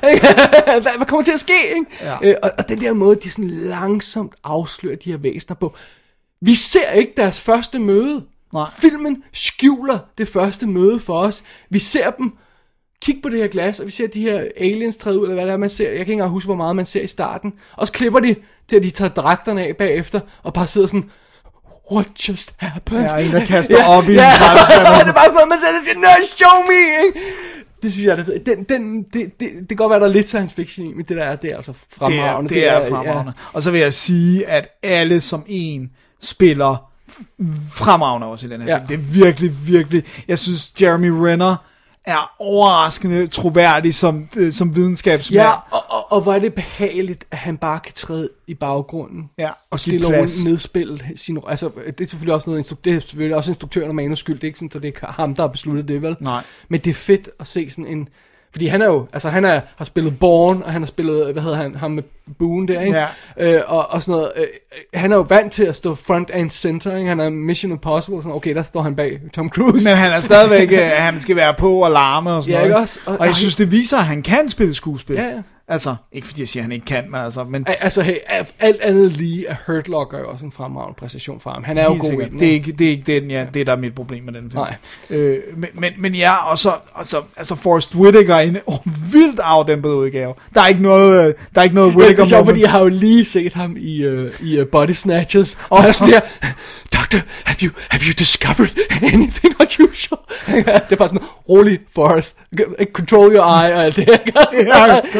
that? Hvad kommer til at ske? Ikke? Ja. Øh, og, og den der måde, de sådan langsomt afslører de her væsener på. Vi ser ikke deres første møde. Nej. Filmen skjuler det første møde for os. Vi ser dem kigge på det her glas, og vi ser de her aliens træde ud, eller hvad det er, man ser. Jeg kan ikke engang huske, hvor meget man ser i starten. Og så klipper de til, at de tager dragterne af bagefter, og bare sidder sådan, what just happened? Ja, en der kaster ja, op i ja, en det er bare sådan noget, man siger, siger, no, show me, ikke? Det synes jeg, det er fedt. Den, den, det, det, det kan godt være, der er lidt science fiction i, men det der er, det er altså fremragende. Det er, det er fremragende. Ja. Og så vil jeg sige, at alle som en spiller fremragende også i den her ja. film. Det er virkelig, virkelig, jeg synes, Jeremy Renner er overraskende troværdig som, øh, som videnskabsmand. Ja, og, og, og hvor er det behageligt, at han bare kan træde i baggrunden. Ja, og, og stille og nedspille sin... Altså, det er selvfølgelig også noget, det er selvfølgelig også instruktøren og manuskyld, det er ikke sådan, at det er ham, der har besluttet det, vel? Nej. Men det er fedt at se sådan en... Fordi han er jo, altså han er, har spillet Bourne, og han har spillet, hvad hedder han, ham med Boone der, ikke? Ja. Øh, og, og sådan noget. Øh, han er jo vant til at stå front and center, ikke? Han er Mission Impossible, sådan, okay, der står han bag Tom Cruise. Men han er stadigvæk, at han skal være på og larme og sådan ja, noget. Ikke også? Og, og jeg synes, det viser, at han kan spille skuespil. Ja, ja. Altså, ikke fordi jeg siger, at han ikke kan, men altså... Men altså, hey, alt andet lige, at Hurt Locker er jo også en fremragende præstation for ham. Han er jo god i den. Det er ikke, det er ikke den, ja, det der er mit problem med den film. Nej. Øh, men, men, men ja, og så, og så altså Forrest Whitaker i en oh, vildt afdæmpet udgave. Der er ikke noget, der er ikke noget Whitaker. Det er sjovt, fordi jeg har jo lige set ham i, uh, i uh, Body Snatchers, og han er sådan der, Doctor, have you, have you discovered anything unusual? Det er bare sådan, rolig, Forrest, control your eye, og alt det her. Ja,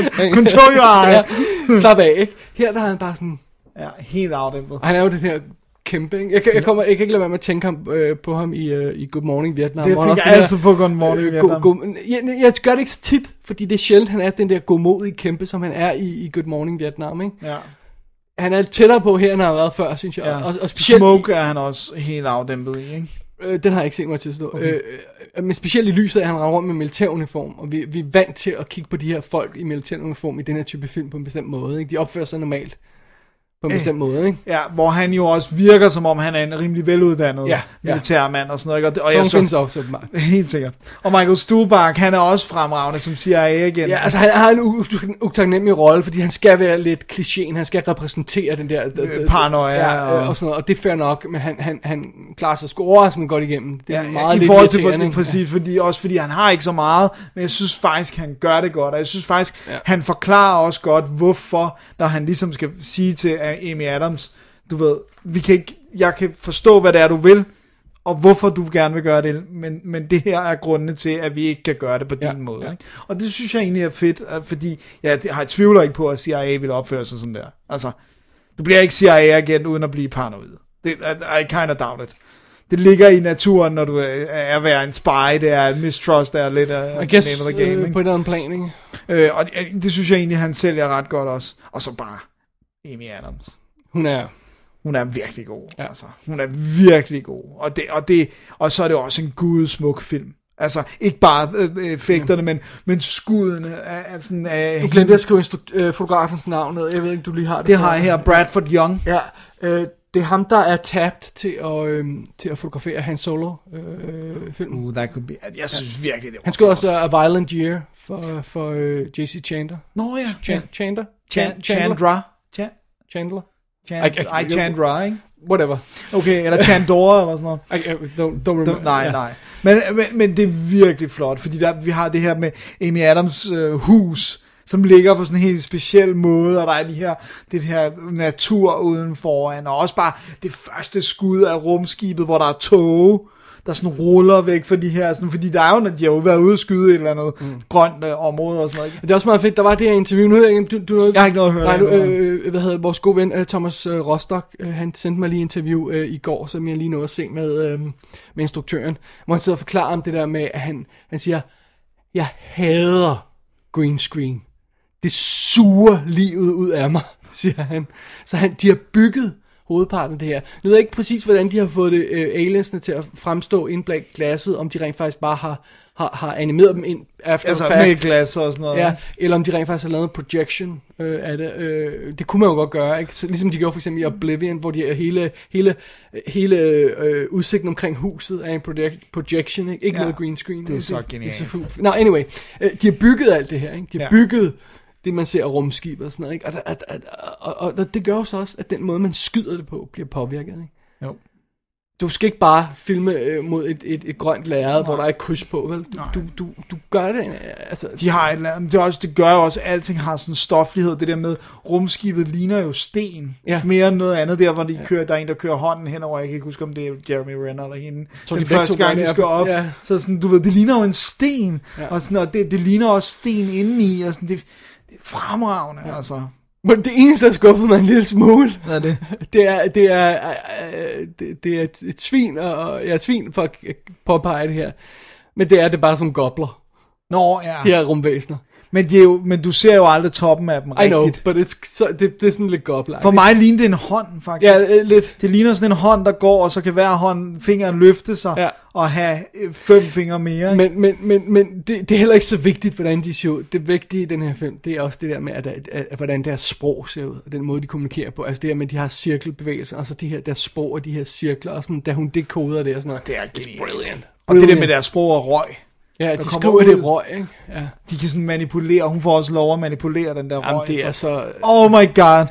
Control your eye. Ja, slap af, ikke? Her der er han bare sådan... Ja, helt afdæmpet. Han er jo den her kæmpe, ikke? Jeg, jeg, kommer, jeg kan ikke lade være med at tænke ham, øh, på ham i, øh, i Good Morning Vietnam. Det jeg tænker jeg altid på Good Morning øh, Vietnam. Go, go, jeg, jeg gør det ikke så tit, fordi det er sjældent, han er den der godmodige kæmpe, som han er i, i Good Morning Vietnam, ikke? Ja. Han er tættere på her, end han har været før, synes jeg. Ja. Og, og specielt Smoke er han også helt afdæmpet i, ikke? Øh, den har jeg ikke set mig til at stå. Okay. Øh, øh, men specielt i lyset af, at han render rundt med militæruniform, og vi, vi er vant til at kigge på de her folk i militæruniform i den her type film på en bestemt måde. Ikke? De opfører sig normalt på en bestemt måde, ikke? Ja, hvor han jo også virker, som om han er en rimelig veluddannet ja, militærmand og sådan noget. Ikke? Og, det, og jeg så findes også åbenbart. Helt sikkert. Og Michael Stuhlbarg, han er også fremragende som C I A-agent. Ja, altså han har en u- utaknemmelig rolle, fordi han skal være lidt klichéen, han skal repræsentere den der... Øh, paranoia. Ja, og, og sådan noget, og det er fair nok, men han, han, han klarer sig sgu overraskende godt igennem. Det er ja, meget i lidt forhold til irriterende, præcis, fordi, også fordi han har ikke så meget, men jeg synes faktisk, han gør det godt, og jeg synes faktisk, ja. han forklarer også godt, hvorfor, når han ligesom skal sige til Amy Adams, du ved, vi kan ikke, jeg kan forstå, hvad det er, du vil, og hvorfor du gerne vil gøre det, men, men det her er grundene til, at vi ikke kan gøre det på ja, din måde. Ja. Ikke? Og det synes jeg egentlig er fedt, fordi ja, jeg har tvivler ikke på, at C I A vil opføre sig sådan der. Altså, du bliver ikke C I A-agent uden at blive paranoid. Det, I, I kind of doubt it. Det ligger i naturen, når du er, er at være en spy, det er mistrust, det er lidt af I guess, name of the game. øh, på et eller andet plan, ikke? Øh, og det, det synes jeg egentlig, han sælger ret godt også. Og så bare Amy Adams. Hun er... Hun er virkelig god. Ja. Altså, hun er virkelig god. Og, det, og, det, og så er det også en gudsmuk film. Altså, ikke bare øh, effekterne, ja. men, men skuddene er, er sådan... Øh, du glemte at skrive instru- øh, fotografens navn ned. Jeg ved ikke, du lige har det. Det har jeg her. Bradford Young. Ja, øh, det er ham, der er tabt til at, øh, til at fotografere Han Solo-filmen. Øh, uh, that could be... Jeg synes ja. virkelig, det var... Han skulle også A Violent Year for, for øh, J C Chandler. Nå ja. Ch- Chandler? Ch- Chandra. Ch- Chandler? Chan- I, I, Chandra, ikke? Whatever. Okay, eller Chandora, eller sådan noget. I, I, don't, don't remember. Don't, nej, yeah. nej. Men, men, men det er virkelig flot, fordi der, vi har det her med Amy Adams øh, hus, som ligger på sådan en helt speciel måde, og der er de her, det her natur udenfor, og også bare det første skud af rumskibet, hvor der er tog, der sådan ruller væk fra de her, sådan, fordi der er jo, når de har jo været ude og skyde et eller andet mm. grønt øh, område og sådan noget. Det er også meget fedt, der var det her interview, nu jeg, du, du noget, jeg har ikke noget at høre. Nej, du, øh, hvad hedder vores gode ven, uh, Thomas uh, Rostock, uh, han sendte mig lige interview uh, i går, som jeg lige nåede at se med, uh, med instruktøren, hvor han sidder og forklarer om det der med, at han, han siger, jeg hader green screen. Det suger livet ud af mig, siger han. Så han, de har bygget hovedparten af det her. Jeg ved ikke præcis, hvordan de har fået det, uh, aliensene til at fremstå ind bag glasset, om de rent faktisk bare har, har, har animeret dem ind after altså, fact. med glas og sådan noget. Ja, eller om de rent faktisk har lavet en projection øh, af det. Øh, det kunne man jo godt gøre, ikke? Så, ligesom de gjorde for eksempel i Oblivion, hvor de hele, hele, hele øh, udsigten omkring huset er en project, projection, ikke? Ikke ja, noget green screen. Det er så det, genialt. Det er så Nå, anyway. Øh, de har bygget alt det her, ikke? De har ja. bygget det, man ser af rumskib og sådan noget, ikke? Og, og, og, og, og, og det gør jo så også, at den måde, man skyder det på, bliver påvirket, ikke? Jo. Du skal ikke bare filme øh, mod et, et, et grønt lærred, hvor der er et kryds på, vel? Du, du, du, du gør det, altså... De har et eller andet, det, er også, det gør jo også, at alting har sådan en stoflighed. Det der med, rumskibet ligner jo sten. Ja. Mere end noget andet, der hvor de ja. kører, der er en, der kører hånden henover. Jeg kan ikke huske, om det er Jeremy Renner eller hende. Så den de første gang, de skal op. Ja. Så sådan, du ved, det ligner jo en sten. Ja. Og, sådan, og det, det ligner også sten indeni. Og sådan, det, det er fremragende, ja. altså. Men det eneste, der skuffede mig en lille smule, hvad er det? det er, det er, øh, det, det er et, et svin, og jeg er svin for at påpege det her. Men det er det bare som gobler. Nå, ja. De her rumvæsener. Men, de er jo, men du ser jo aldrig toppen af dem I rigtigt. know, but it's, så, det, det er sådan lidt gobler. For mig ligner det en hånd, faktisk. Ja, øh, lidt. Det ligner sådan en hånd, der går, og så kan hver hånd, fingeren løfte sig, ja. og have fem fingre mere. Men, men, men, men det, det er heller ikke så vigtigt, hvordan de ser ud. Det vigtige i den her film, det er også det der med, at, at, at, at hvordan deres sprog ser ud, og den måde, de kommunikerer på. Altså det her med, at de har cirkelbevægelser, og så de her, deres sprog og de her cirkler, og sådan, da hun dekoder det og sådan noget. Det er genialt. Brilliant. Og det der med deres sprog og røg. Ja, de skriver det røg, ikke? Ja. De kan sådan manipulere, hun får også lov at manipulere den der Jamen, røg. det er så... Oh my god.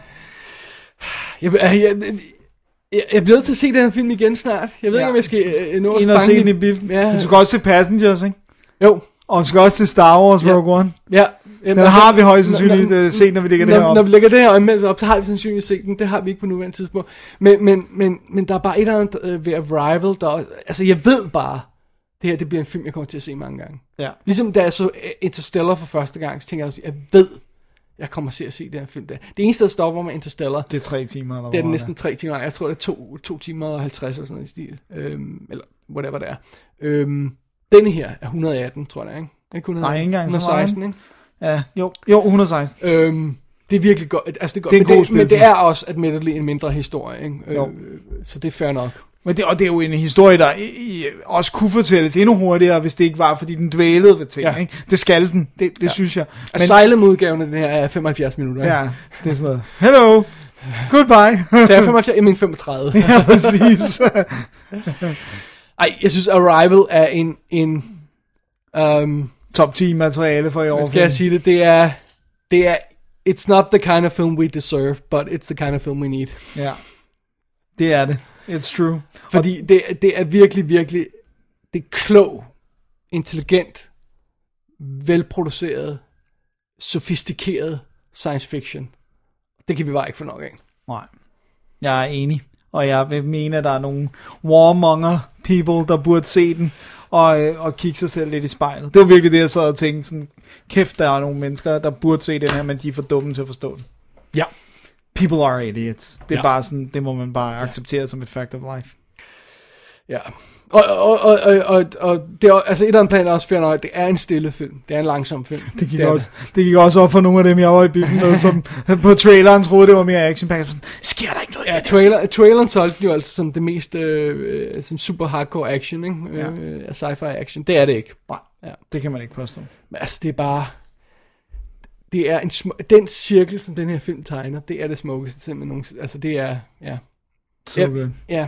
Jeg, jeg, jeg, jeg bliver nødt til at se den her film igen snart. Jeg ved ja. ikke, om jeg skal uh, nå at stange se den i biffen. Ja. Men du skal også se Passengers, ikke? Jo. Og du skal også se Star Wars ja. Rogue One. Ja. Den altså, har vi højst sandsynligt set, når vi lægger når, det her op. Når vi lægger det her anmeldelse op, så har vi sandsynligt set den. Det har vi ikke på nuværende tidspunkt. Men, men, men, men der er bare et eller andet uh, ved Arrival, der... Altså, jeg ved bare... Det her, det bliver en film, jeg kommer til at se mange gange. Ja. Ligesom da jeg så Interstellar for første gang, så tænker jeg også, jeg ved, jeg kommer til at se den her film der. Det eneste, der stopper med Interstellar, Det er tre timer, eller det er hvor næsten tre timer. Jeg tror, det er to, to timer og halvtreds eller sådan noget i stil. Øhm, eller whatever det er. Øhm, denne her er et hundrede og atten, tror jeg, ikke? Ikke hundrede, Nej, ikke engang så et hundrede og seksten, ikke? Ja, jo, jo, et hundrede og seksten. Øhm, det er virkelig godt. Altså, det er, godt. Det er en men, god det, men spiltid. det er også admittedly en mindre historie, ikke? Jo. Øh, så det er fair nok. Men det, og det er jo en historie, der i, i, også kunne fortælles endnu hurtigere, hvis det ikke var, fordi den dvælede ved ting. Ja. Ikke? Det skal den, det, det ja. synes jeg. Men Asylum-udgaven af den her er femoghalvfjerds minutter. Ikke? Ja, det er sådan noget. Hello, goodbye. Så jeg er femoghalvfjerds, jeg mener femogtredive. Ja, præcis. Ej, jeg synes Arrival er en... en um, top ti materiale for i år. Skal jeg sige det? Det er... Det er... It's not the kind of film we deserve, but it's the kind of film we need. Ja, det er det. It's true. Fordi det, det er virkelig, virkelig... Det er klog, intelligent, velproduceret, sofistikeret science fiction. Det kan vi bare ikke få nok af. Nej, jeg er enig. Og jeg vil mene, at der er nogle warmonger people, der burde se den, og, og kigge sig selv lidt i spejlet. Det var virkelig det, jeg sad og tænkte, sådan, kæft, der er nogle mennesker, der burde se den her, men de er for dumme til at forstå den. Ja. People are idiots. Det er ja. bare sådan, det må man bare acceptere ja. som et fact of life. Ja. Og, og, og, og, og, og det er, altså et eller andet plan er også fair nok, det er en stille film. Det er en langsom film. Det gik, det også, det. det gik også op for nogle af dem, jeg var i biffen med, som på traileren troede, det var mere action-packed. Sker der ikke noget? Ja, trailer, traileren solgte den jo altså som det mest øh, som super hardcore action, ikke? Ja. Øh, sci-fi action. Det er det ikke. Nej, ja. Det kan man ikke påstå. Men altså, det er bare... Det er en sm- den cirkel, som den her film tegner, det er det smukkeste simpelthen nogen... Altså, det er... Ja. Så ja, godt. Ja.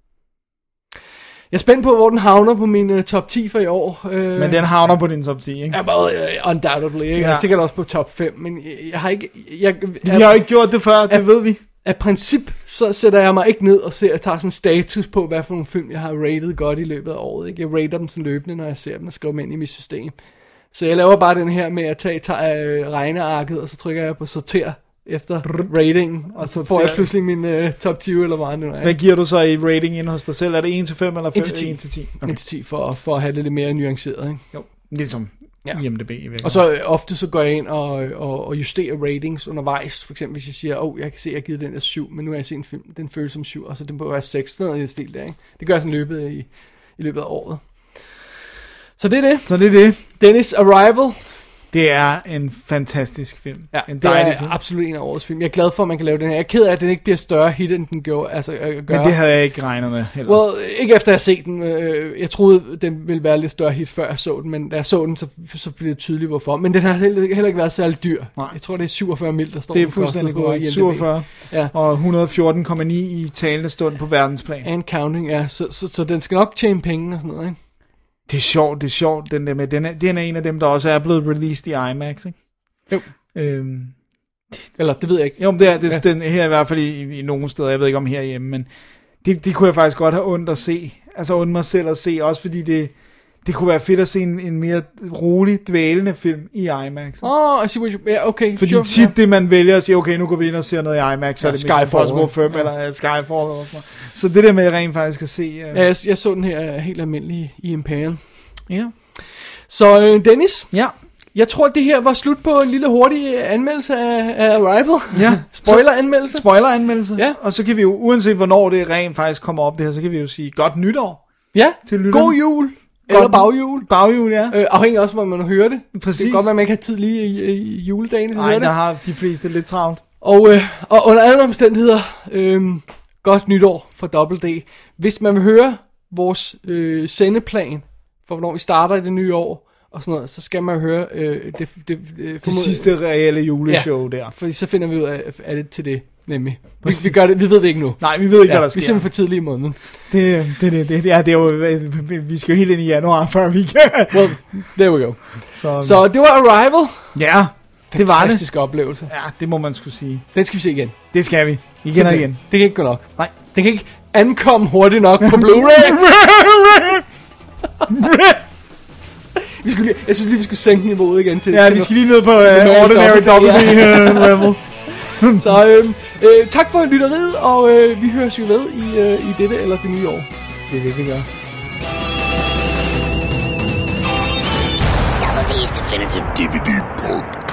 Jeg er spændt på, hvor den havner på min uh, top ti for i år. Uh, men den havner på din top ti, ikke? Ja, bare uh, undoubtedly. Ikke? Ja. Jeg er sikkert også på top fem, men jeg, jeg har ikke... Jeg, vi har jo ikke gjort det før, det af, ved vi. Af princip, så sætter jeg mig ikke ned og ser, jeg tager sådan en status på, hvad for nogle film, jeg har rated godt i løbet af året. Ikke? Jeg rater dem sådan løbende, når jeg ser dem og skriver dem ind i mit system. Så jeg laver bare den her med at tage, tage øh, regnearket, og så trykker jeg på sorter efter ratingen, og så får jeg pludselig min øh, top tyve eller hvad det nu er. Hvad giver du så i rating ind hos dig selv? Er det en til fem eller en til ti? en til ti. Okay. en til ti for, for at have det lidt mere nuanceret, ikke? Jo, ligesom ja. I M D B i virkeligheden. Og så øh, ofte så går jeg ind og, og, og justerer ratings undervejs. For eksempel hvis jeg siger, åh, oh, jeg kan se, at jeg har givet den der syv, men nu har jeg set en film, den føles som syv, og så den bør være seks, sådan noget i den stil der, ikke? Det gør jeg sådan løbet i, i løbet af året. Så det er det. Så det er det. Dennis Arrival. Det er en fantastisk film. Ja, en det er film. absolut en af årets film. Jeg er glad for, at man kan lave den her. Jeg er ked af, at den ikke bliver større hit, end den gjorde. Altså, øh, gør. Men det havde jeg ikke regnet med heller. Well, ikke efter at have set den. Øh, jeg troede, den ville være lidt større hit, før jeg så den. Men da jeg så den, så, så blev det tydeligt, hvorfor. Men den har heller, heller ikke været særlig dyr. Nej. Jeg tror, det er syvogfyrre mil, der står. Det er fuldstændig korrekt. syvogfyrre. Ja. Og et hundrede og fjorten komma ni i talende stund på verdensplan. And counting, ja. Så, så, så, så den skal nok tjene penge og sådan noget, ikke? Det er sjovt, det er sjovt, den der med. Den er, den er en af dem, der også er blevet released i IMAX, ikke? Jo. Øhm, Eller, det ved jeg ikke. Jo, men det er, det er ja. den her i hvert fald i, i nogle steder, jeg ved ikke om herhjemme, men det, det kunne jeg faktisk godt have ondt at se. Altså ondt mig selv at se, også fordi det, det kunne være fedt at se en, en mere rolig, dvælende film i IMAX. Åh, oh, I see what you... Ja, okay, fordi sure, tit yeah. det, man vælger at sige, okay, nu går vi ind og ser noget i IMAX, så ja, er det Skyfall, Mission Impossible fem, ja. Eller uh, Skyfall, eller sådan noget. Så det der med rent faktisk at se... Uh... Ja, jeg, jeg så den her helt almindelig i Imperial. Ja. Så uh, Dennis? Ja. Jeg tror, det her var slut på en lille hurtig anmeldelse af, af Arrival. Ja. Spoiler-anmeldelse. Spoiler-anmeldelse. Ja. Og så kan vi jo, uanset hvornår det rent faktisk kommer op det her, så kan vi jo sige godt nytår. Ja. Til lytterne. God jul. Eller baghjul. Baghjul, ja. Øh, afhængig også, hvor man hører det. Præcis. Det kan godt være, man ikke har tid lige i, i juledagen. Nej, der har de fleste lidt travlt. Og, øh, og under alle omstændigheder, øh, godt nytår for Double D. Hvis man vil høre vores øh, sendeplan, for hvornår vi starter i det nye år, og sådan noget, så skal man høre øh, det, det, det, det, det sidste reelle juleshow ja, der. For så finder vi ud af, af det til det, nemlig. Vi, vi, gør det, vi ved det ikke nu. Nej, vi ved ikke, ja, hvad der sker. Vi er simpelthen for tidlig i måneden. Det, det, det, det, ja, det er jo, vi skal jo helt ind i januar, før vi kan. Well, there we go. Så, så det var Arrival. Ja, det var det. Fantastisk oplevelse. Ja, det må man skulle sige. Den skal vi se igen. Det skal vi. Igen og igen. Det kan ikke gå nok. Nej. Det kan ikke ankomme hurtigt nok på Blu-ray. Vi skulle lige, jeg synes lige, vi skulle sænke niveauet igen til... Ja, til vi no- skal lige ned på uh, ordinary W level. Så øhm, øh, tak for lytteriet, og øh, vi høres jo ved i, øh, i dette eller det nye år. Det er det, vi gør. Double D's Definitive D V D Podcast.